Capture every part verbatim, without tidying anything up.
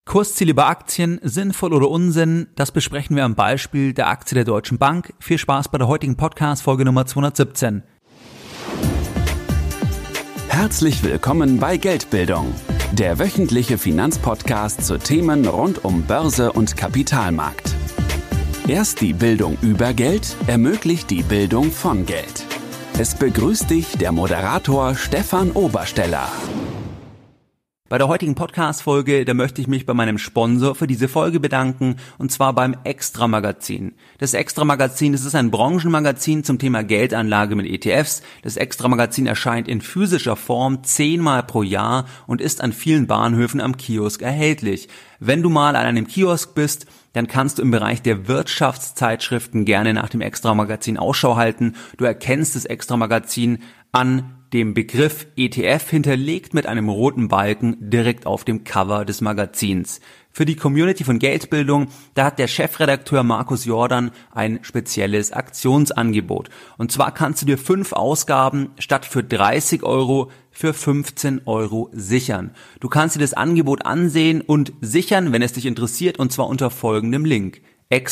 Kursziele bei Aktien, sinnvoll oder Unsinn, das besprechen wir am Beispiel der Aktie der Deutschen Bank. Viel Spaß bei der heutigen Podcast-Folge Nummer zweihundertsiebzehn. Herzlich willkommen bei Geldbildung, der wöchentliche Finanzpodcast zu Themen rund um Börse und Kapitalmarkt. Erst die Bildung über Geld ermöglicht die Bildung von Geld. Es begrüßt dich der Moderator Stefan Obersteller. Bei der heutigen Podcast-Folge, da möchte ich mich bei meinem Sponsor für diese Folge bedanken, und zwar beim Extra Magazin. Das Extra Magazin, das ist ein Branchenmagazin zum Thema Geldanlage mit E T Fs. Das Extra Magazin erscheint in physischer Form zehnmal pro Jahr und ist an vielen Bahnhöfen am Kiosk erhältlich. Wenn du mal an einem Kiosk bist, dann kannst du im Bereich der Wirtschaftszeitschriften gerne nach dem Extra Magazin Ausschau halten. Du erkennst das Extra Magazin an dem Begriff E T F hinterlegt mit einem roten Balken direkt auf dem Cover des Magazins. Für die Community von Geldbildung, da hat der Chefredakteur Markus Jordan ein spezielles Aktionsangebot. Und zwar kannst du dir fünf Ausgaben statt für dreißig Euro für fünfzehn Euro sichern. Du kannst dir das Angebot ansehen und sichern, wenn es dich interessiert, und zwar unter folgendem Link: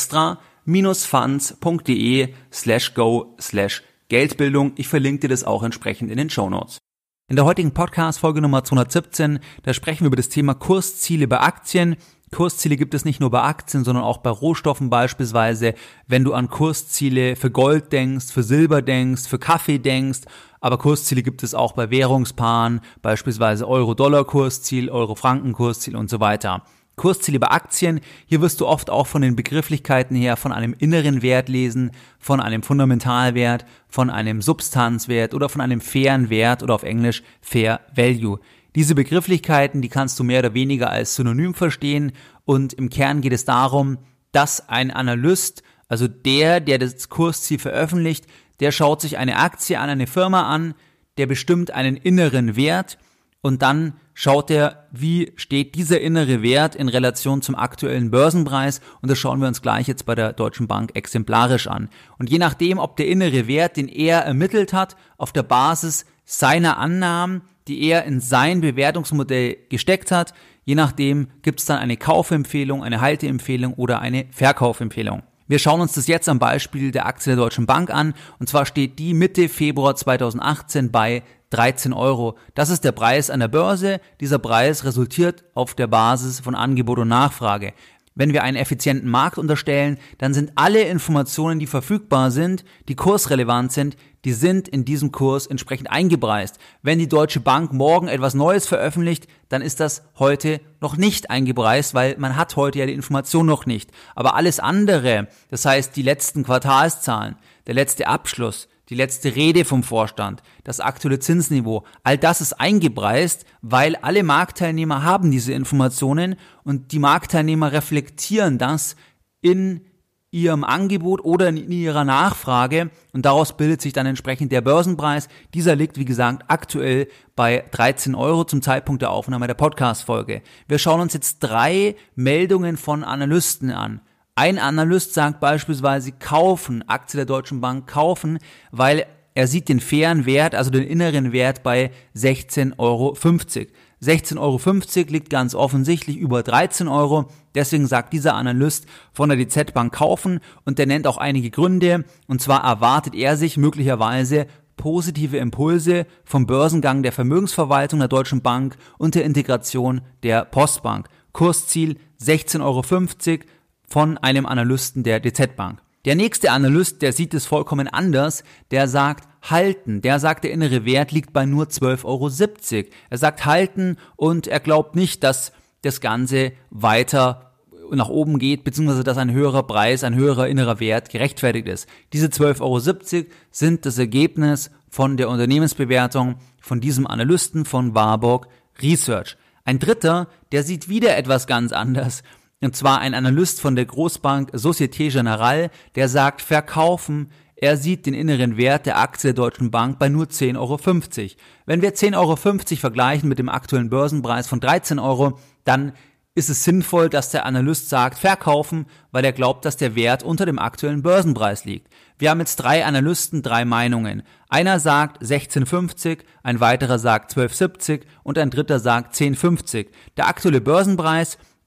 extra-funds.de slash go slash Geldbildung. Ich verlinke dir das auch entsprechend in den Shownotes. In der heutigen Podcast-Folge Nummer zweihundertsiebzehn, da sprechen wir über das Thema Kursziele bei Aktien. Kursziele gibt es nicht nur bei Aktien, sondern auch bei Rohstoffen beispielsweise. Wenn du an Kursziele für Gold denkst, für Silber denkst, für Kaffee denkst, aber Kursziele gibt es auch bei Währungspaaren, beispielsweise Euro-Dollar-Kursziel, Euro-Franken-Kursziel und so weiter. Kursziele bei Aktien, hier wirst du oft auch von den Begrifflichkeiten her von einem inneren Wert lesen, von einem Fundamentalwert, von einem Substanzwert oder von einem fairen Wert oder auf Englisch Fair Value. Diese Begrifflichkeiten, die kannst du mehr oder weniger als Synonym verstehen, und im Kern geht es darum, dass ein Analyst, also der, der das Kursziel veröffentlicht, der schaut sich eine Aktie an, eine Firma an, der bestimmt einen inneren Wert, und dann schaut er, wie steht dieser innere Wert in Relation zum aktuellen Börsenpreis, und das schauen wir uns gleich jetzt bei der Deutschen Bank exemplarisch an. Und je nachdem, ob der innere Wert, den er ermittelt hat, auf der Basis seiner Annahmen, die er in sein Bewertungsmodell gesteckt hat, je nachdem gibt es dann eine Kaufempfehlung, eine Halteempfehlung oder eine Verkaufempfehlung. Wir schauen uns das jetzt am Beispiel der Aktie der Deutschen Bank an, und zwar steht die Mitte Februar zweitausendachtzehn bei dreizehn Euro. Das ist der Preis an der Börse. Dieser Preis resultiert auf der Basis von Angebot und Nachfrage. Wenn wir einen effizienten Markt unterstellen, dann sind alle Informationen, die verfügbar sind, die kursrelevant sind, die sind in diesem Kurs entsprechend eingepreist. Wenn die Deutsche Bank morgen etwas Neues veröffentlicht, dann ist das heute noch nicht eingepreist, weil man hat heute ja die Information noch nicht. Aber alles andere, das heißt die letzten Quartalszahlen, der letzte Abschluss, die letzte Rede vom Vorstand, das aktuelle Zinsniveau, all das ist eingepreist, weil alle Marktteilnehmer haben diese Informationen, und die Marktteilnehmer reflektieren das in ihrem Angebot oder in ihrer Nachfrage, und daraus bildet sich dann entsprechend der Börsenpreis. Dieser liegt, wie gesagt, aktuell bei dreizehn Euro zum Zeitpunkt der Aufnahme der Podcast-Folge. Wir schauen uns jetzt drei Meldungen von Analysten an. Ein Analyst sagt beispielsweise kaufen, Aktie der Deutschen Bank kaufen, weil er sieht den fairen Wert, also den inneren Wert, bei sechzehn Euro fünfzig. sechzehn Euro fünfzig liegt ganz offensichtlich über dreizehn Euro, deswegen sagt dieser Analyst von der D Z Bank kaufen, und der nennt auch einige Gründe, und zwar erwartet er sich möglicherweise positive Impulse vom Börsengang der Vermögensverwaltung der Deutschen Bank und der Integration der Postbank. Kursziel sechzehn Euro fünfzig von einem Analysten der D Z Bank. Der nächste Analyst, der sieht es vollkommen anders, der sagt halten, der sagt, der innere Wert liegt bei nur zwölf Euro siebzig. Er sagt halten, und er glaubt nicht, dass das Ganze weiter nach oben geht, beziehungsweise dass ein höherer Preis, ein höherer innerer Wert gerechtfertigt ist. Diese zwölf Euro siebzig sind das Ergebnis von der Unternehmensbewertung von diesem Analysten von Warburg Research. Ein dritter, der sieht wieder etwas ganz anders. Und zwar ein Analyst von der Großbank Société Générale, der sagt verkaufen. Er sieht den inneren Wert der Aktie der Deutschen Bank bei nur zehn Euro fünfzig. Wenn wir zehn Euro fünfzig vergleichen mit dem aktuellen Börsenpreis von dreizehn Euro, dann ist es sinnvoll, dass der Analyst sagt verkaufen, weil er glaubt, dass der Wert unter dem aktuellen Börsenpreis liegt. Wir haben jetzt drei Analysten, drei Meinungen. Einer sagt sechzehn fünfzig, ein weiterer sagt zwölf siebzig und ein dritter sagt zehn fünfzig. Der aktuelle Börsenpreis,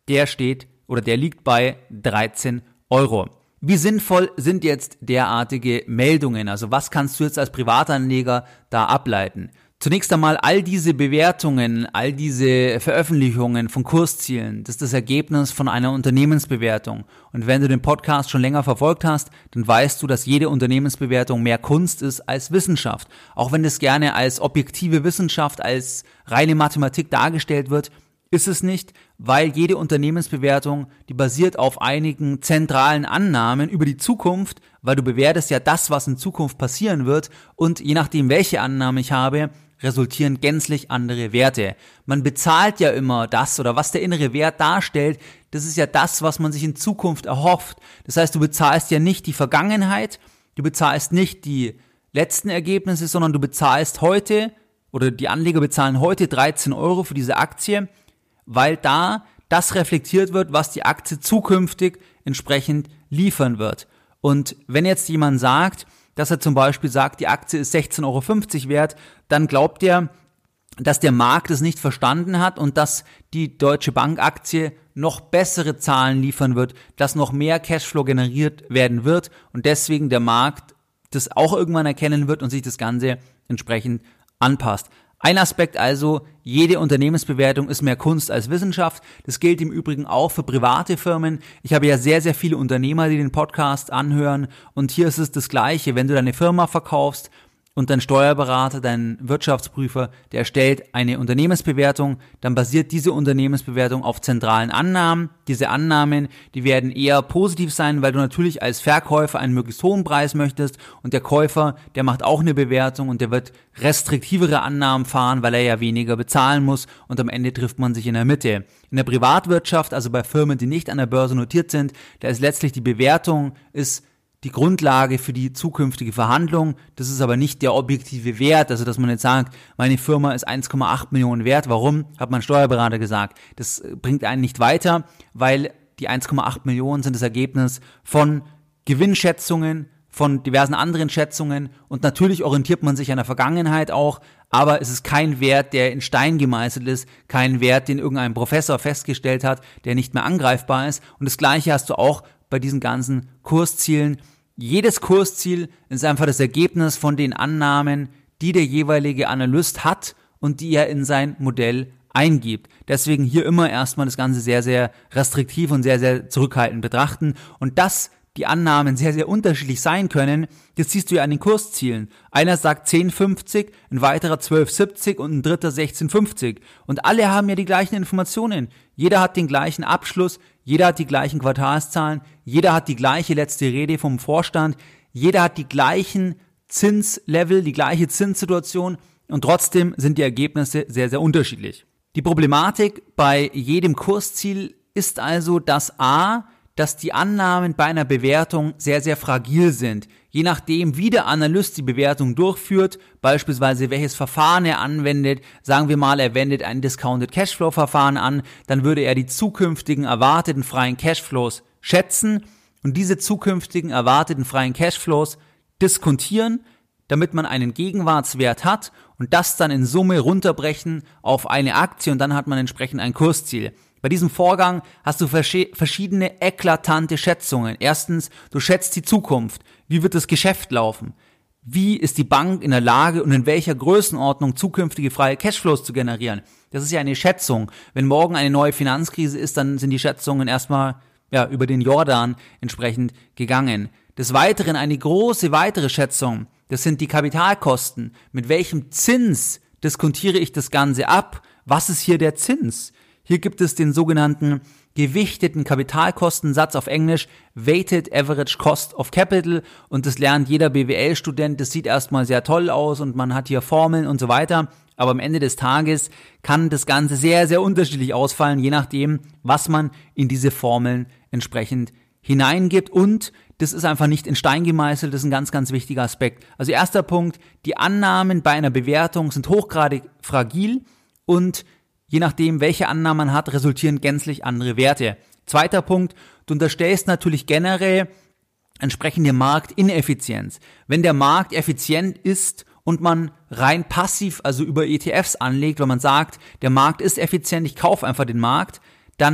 der steht oder der liegt bei dreizehn Euro. Wie sinnvoll sind jetzt derartige Meldungen? Also was kannst du jetzt als Privatanleger da ableiten? Zunächst einmal all diese Bewertungen, all diese Veröffentlichungen von Kurszielen, das ist das Ergebnis von einer Unternehmensbewertung. Und wenn du den Podcast schon länger verfolgt hast, dann weißt du, dass jede Unternehmensbewertung mehr Kunst ist als Wissenschaft. Auch wenn das gerne als objektive Wissenschaft, als reine Mathematik dargestellt wird, ist es nicht, weil jede Unternehmensbewertung, die basiert auf einigen zentralen Annahmen über die Zukunft, weil du bewertest ja das, was in Zukunft passieren wird, und je nachdem, welche Annahme ich habe, resultieren gänzlich andere Werte. Man bezahlt ja immer das, oder was der innere Wert darstellt, das ist ja das, was man sich in Zukunft erhofft. Das heißt, du bezahlst ja nicht die Vergangenheit, du bezahlst nicht die letzten Ergebnisse, sondern du bezahlst heute, oder die Anleger bezahlen heute dreizehn Euro für diese Aktie, weil da das reflektiert wird, was die Aktie zukünftig entsprechend liefern wird. Und wenn jetzt jemand sagt, dass er zum Beispiel sagt, die Aktie ist sechzehn Euro fünfzig wert, dann glaubt er, dass der Markt es nicht verstanden hat und dass die Deutsche Bank Aktie noch bessere Zahlen liefern wird, dass noch mehr Cashflow generiert werden wird und deswegen der Markt das auch irgendwann erkennen wird und sich das Ganze entsprechend anpasst. Ein Aspekt also, jede Unternehmensbewertung ist mehr Kunst als Wissenschaft. Das gilt im Übrigen auch für private Firmen. Ich habe ja sehr, sehr viele Unternehmer, die den Podcast anhören, und hier ist es das Gleiche. Wenn du deine Firma verkaufst und dein Steuerberater, dein Wirtschaftsprüfer, der erstellt eine Unternehmensbewertung, dann basiert diese Unternehmensbewertung auf zentralen Annahmen. Diese Annahmen, die werden eher positiv sein, weil du natürlich als Verkäufer einen möglichst hohen Preis möchtest, und der Käufer, der macht auch eine Bewertung und der wird restriktivere Annahmen fahren, weil er ja weniger bezahlen muss, und am Ende trifft man sich in der Mitte. In der Privatwirtschaft, also bei Firmen, die nicht an der Börse notiert sind, da ist letztlich die Bewertung ist die Grundlage für die zukünftige Verhandlung. Das ist aber nicht der objektive Wert, also dass man jetzt sagt, meine Firma ist eins Komma acht Millionen wert. Warum? Hat mein Steuerberater gesagt. Das bringt einen nicht weiter, weil die eins Komma acht Millionen sind das Ergebnis von Gewinnschätzungen, von diversen anderen Schätzungen, und natürlich orientiert man sich an der Vergangenheit auch, aber es ist kein Wert, der in Stein gemeißelt ist, kein Wert, den irgendein Professor festgestellt hat, der nicht mehr angreifbar ist. Und das Gleiche hast du auch bei diesen ganzen Kurszielen. Jedes Kursziel ist einfach das Ergebnis von den Annahmen, die der jeweilige Analyst hat und die er in sein Modell eingibt. Deswegen hier immer erstmal das Ganze sehr, sehr restriktiv und sehr, sehr zurückhaltend betrachten. Und dass die Annahmen sehr, sehr unterschiedlich sein können, das siehst du ja an den Kurszielen. Einer sagt zehn fünfzig, ein weiterer zwölf siebzig und ein dritter sechzehn fünfzig. Und alle haben ja die gleichen Informationen. Jeder hat den gleichen Abschluss, jeder hat die gleichen Quartalszahlen, jeder hat die gleiche letzte Rede vom Vorstand, jeder hat die gleichen Zinslevel, die gleiche Zinssituation, und trotzdem sind die Ergebnisse sehr, sehr unterschiedlich. Die Problematik bei jedem Kursziel ist also, dass a, dass die Annahmen bei einer Bewertung sehr, sehr fragil sind. Je nachdem, wie der Analyst die Bewertung durchführt, beispielsweise welches Verfahren er anwendet, sagen wir mal, er wendet ein Discounted Cashflow Verfahren an, dann würde er die zukünftigen erwarteten freien Cashflows schätzen und diese zukünftigen erwarteten freien Cashflows diskontieren, damit man einen Gegenwartswert hat und das dann in Summe runterbrechen auf eine Aktie, und dann hat man entsprechend ein Kursziel. Bei diesem Vorgang hast du verschiedene eklatante Schätzungen. Erstens, du schätzt die Zukunft. Wie wird das Geschäft laufen? Wie ist die Bank in der Lage und in welcher Größenordnung zukünftige freie Cashflows zu generieren? Das ist ja eine Schätzung. Wenn morgen eine neue Finanzkrise ist, dann sind die Schätzungen erstmal ja über den Jordan entsprechend gegangen. Des Weiteren eine große weitere Schätzung. Das sind die Kapitalkosten. Mit welchem Zins diskontiere ich das Ganze ab? Was ist hier der Zins? Hier gibt es den sogenannten gewichteten Kapitalkostensatz, auf Englisch Weighted Average Cost of Capital, und das lernt jeder B W L-Student. Das sieht erstmal sehr toll aus und man hat hier Formeln und so weiter, aber am Ende des Tages kann das Ganze sehr, sehr unterschiedlich ausfallen, je nachdem, was man in diese Formeln entsprechend hineingibt, und das ist einfach nicht in Stein gemeißelt. Das ist ein ganz, ganz wichtiger Aspekt. Also erster Punkt, die Annahmen bei einer Bewertung sind hochgradig fragil und je nachdem, welche Annahmen man hat, resultieren gänzlich andere Werte. Zweiter Punkt, du unterstellst natürlich generell entsprechende Marktineffizienz. Wenn der Markt effizient ist und man rein passiv, also über E T Fs anlegt, weil man sagt, der Markt ist effizient, ich kaufe einfach den Markt, dann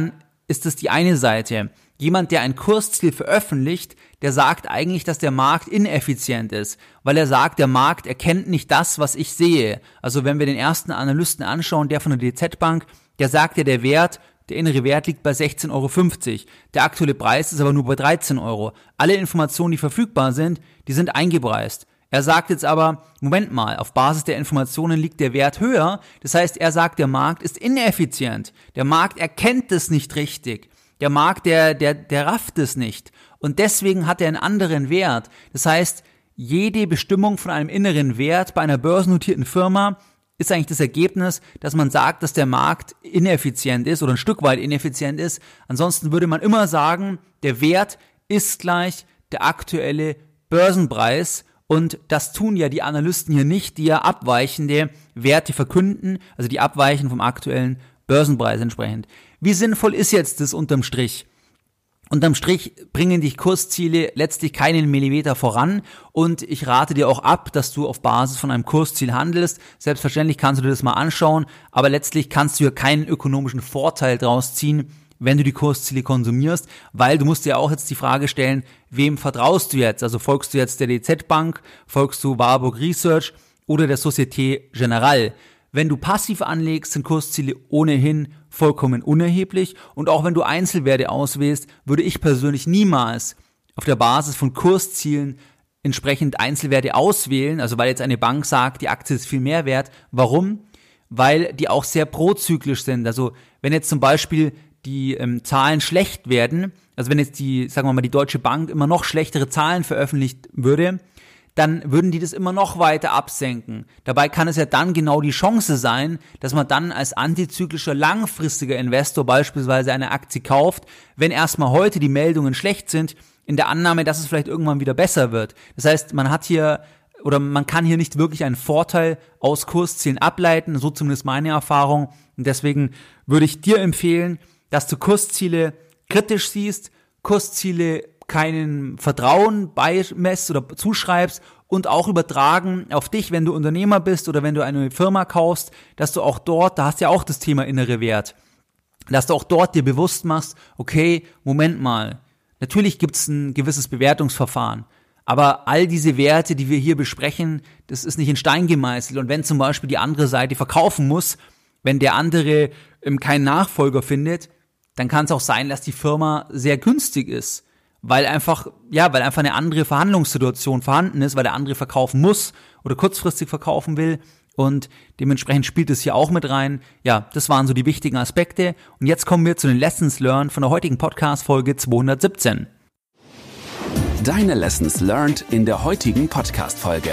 ist es die eine Seite. Jemand, der ein Kursziel veröffentlicht, der sagt eigentlich, dass der Markt ineffizient ist, weil er sagt, der Markt erkennt nicht das, was ich sehe. Also wenn wir den ersten Analysten anschauen, der von der D Z Bank, der sagt ja, der Wert, der innere Wert liegt bei sechzehn Euro fünfzig. Der aktuelle Preis ist aber nur bei dreizehn Euro. Alle Informationen, die verfügbar sind, die sind eingepreist. Er sagt jetzt aber, Moment mal, auf Basis der Informationen liegt der Wert höher. Das heißt, er sagt, der Markt ist ineffizient. Der Markt erkennt es nicht richtig. Der Markt, der, der, der rafft es nicht. Und deswegen hat er einen anderen Wert. Das heißt, jede Bestimmung von einem inneren Wert bei einer börsennotierten Firma ist eigentlich das Ergebnis, dass man sagt, dass der Markt ineffizient ist oder ein Stück weit ineffizient ist. Ansonsten würde man immer sagen, der Wert ist gleich der aktuelle Börsenpreis. Und das tun ja die Analysten hier nicht, die ja abweichende Werte verkünden, also die abweichen vom aktuellen Börsenpreis entsprechend. Wie sinnvoll ist jetzt das unterm Strich? Unterm Strich bringen dich Kursziele letztlich keinen Millimeter voran und ich rate dir auch ab, dass du auf Basis von einem Kursziel handelst. Selbstverständlich kannst du dir das mal anschauen, aber letztlich kannst du ja keinen ökonomischen Vorteil draus ziehen, wenn du die Kursziele konsumierst, weil du musst dir auch jetzt die Frage stellen, wem vertraust du jetzt? Also folgst du jetzt der D Z Bank, folgst du Warburg Research oder der Société Générale? Wenn du passiv anlegst, sind Kursziele ohnehin vollkommen unerheblich und auch wenn du Einzelwerte auswählst, würde ich persönlich niemals auf der Basis von Kurszielen entsprechend Einzelwerte auswählen, also weil jetzt eine Bank sagt, die Aktie ist viel mehr wert. Warum? Weil die auch sehr prozyklisch sind. Also wenn jetzt zum Beispiel die ähm, Zahlen schlecht werden, also wenn jetzt die, sagen wir mal, die Deutsche Bank immer noch schlechtere Zahlen veröffentlicht würde, dann würden die das immer noch weiter absenken. Dabei kann es ja dann genau die Chance sein, dass man dann als antizyklischer langfristiger Investor beispielsweise eine Aktie kauft, wenn erstmal heute die Meldungen schlecht sind, in der Annahme, dass es vielleicht irgendwann wieder besser wird. Das heißt, man hat hier oder man kann hier nicht wirklich einen Vorteil aus Kurszielen ableiten, so zumindest meine Erfahrung. Und deswegen würde ich dir empfehlen, dass du Kursziele kritisch siehst, Kursziele keinen Vertrauen beimesst oder zuschreibst und auch übertragen auf dich, wenn du Unternehmer bist oder wenn du eine Firma kaufst, dass du auch dort, da hast du ja auch das Thema innere Wert, dass du auch dort dir bewusst machst, okay, Moment mal, natürlich gibt es ein gewisses Bewertungsverfahren, aber all diese Werte, die wir hier besprechen, das ist nicht in Stein gemeißelt und wenn zum Beispiel die andere Seite verkaufen muss, wenn der andere ähm, keinen Nachfolger findet, dann kann es auch sein, dass die Firma sehr günstig ist. Weil einfach, ja, weil einfach eine andere Verhandlungssituation vorhanden ist, weil der andere verkaufen muss oder kurzfristig verkaufen will und dementsprechend spielt es hier auch mit rein. Ja, das waren so die wichtigen Aspekte und jetzt kommen wir zu den Lessons Learned von der heutigen Podcast-Folge zweihundertsiebzehn. Deine Lessons Learned in der heutigen Podcast-Folge.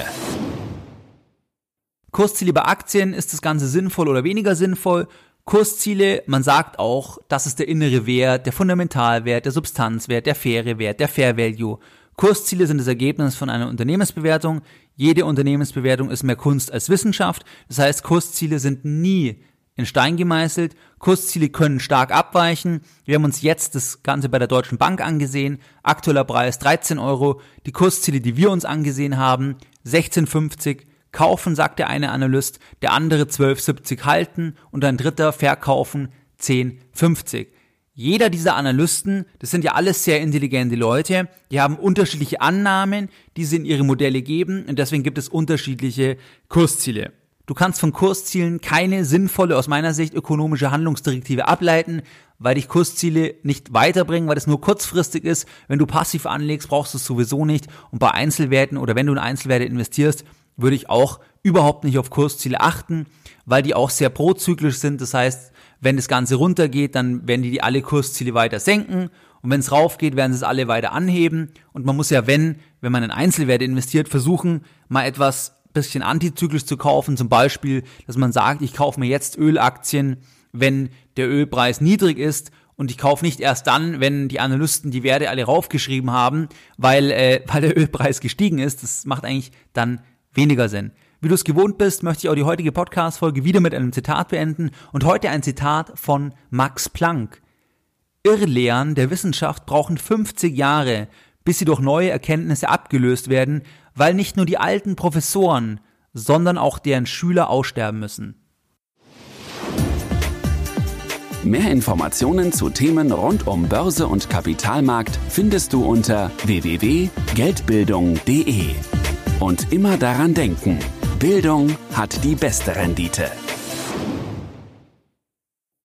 Kursziele bei Aktien, ist das Ganze sinnvoll oder weniger sinnvoll? Kursziele, man sagt auch, das ist der innere Wert, der Fundamentalwert, der Substanzwert, der faire Wert, der Fair Value. Kursziele sind das Ergebnis von einer Unternehmensbewertung. Jede Unternehmensbewertung ist mehr Kunst als Wissenschaft. Das heißt, Kursziele sind nie in Stein gemeißelt. Kursziele können stark abweichen. Wir haben uns jetzt das Ganze bei der Deutschen Bank angesehen. Aktueller Preis dreizehn Euro. Die Kursziele, die wir uns angesehen haben, sechzehn fünfzig. Kaufen, sagt der eine Analyst, der andere zwölf siebzig halten und ein dritter verkaufen zehn fünfzig. Jeder dieser Analysten, das sind ja alles sehr intelligente Leute, die haben unterschiedliche Annahmen, die sie in ihre Modelle geben und deswegen gibt es unterschiedliche Kursziele. Du kannst von Kurszielen keine sinnvolle, aus meiner Sicht, ökonomische Handlungsdirektive ableiten, weil dich Kursziele nicht weiterbringen, weil das nur kurzfristig ist. Wenn du passiv anlegst, brauchst du es sowieso nicht und bei Einzelwerten oder wenn du in Einzelwerte investierst, würde ich auch überhaupt nicht auf Kursziele achten, weil die auch sehr prozyklisch sind. Das heißt, wenn das Ganze runtergeht, dann werden die, die alle Kursziele weiter senken und wenn es raufgeht, werden sie es alle weiter anheben. Und man muss ja, wenn, wenn man in Einzelwerte investiert, versuchen, mal etwas bisschen antizyklisch zu kaufen. Zum Beispiel, dass man sagt, ich kaufe mir jetzt Ölaktien, wenn der Ölpreis niedrig ist und ich kaufe nicht erst dann, wenn die Analysten die Werte alle raufgeschrieben haben, weil, äh, weil der Ölpreis gestiegen ist. Das macht eigentlich dann weniger Sinn. Wie du es gewohnt bist, möchte ich auch die heutige Podcast-Folge wieder mit einem Zitat beenden und heute ein Zitat von Max Planck. Irrlehren der Wissenschaft brauchen fünfzig Jahre, bis sie durch neue Erkenntnisse abgelöst werden, weil nicht nur die alten Professoren, sondern auch deren Schüler aussterben müssen. Mehr Informationen zu Themen rund um Börse und Kapitalmarkt findest du unter w w w punkt geldbildung punkt de. Und immer daran denken, Bildung hat die beste Rendite.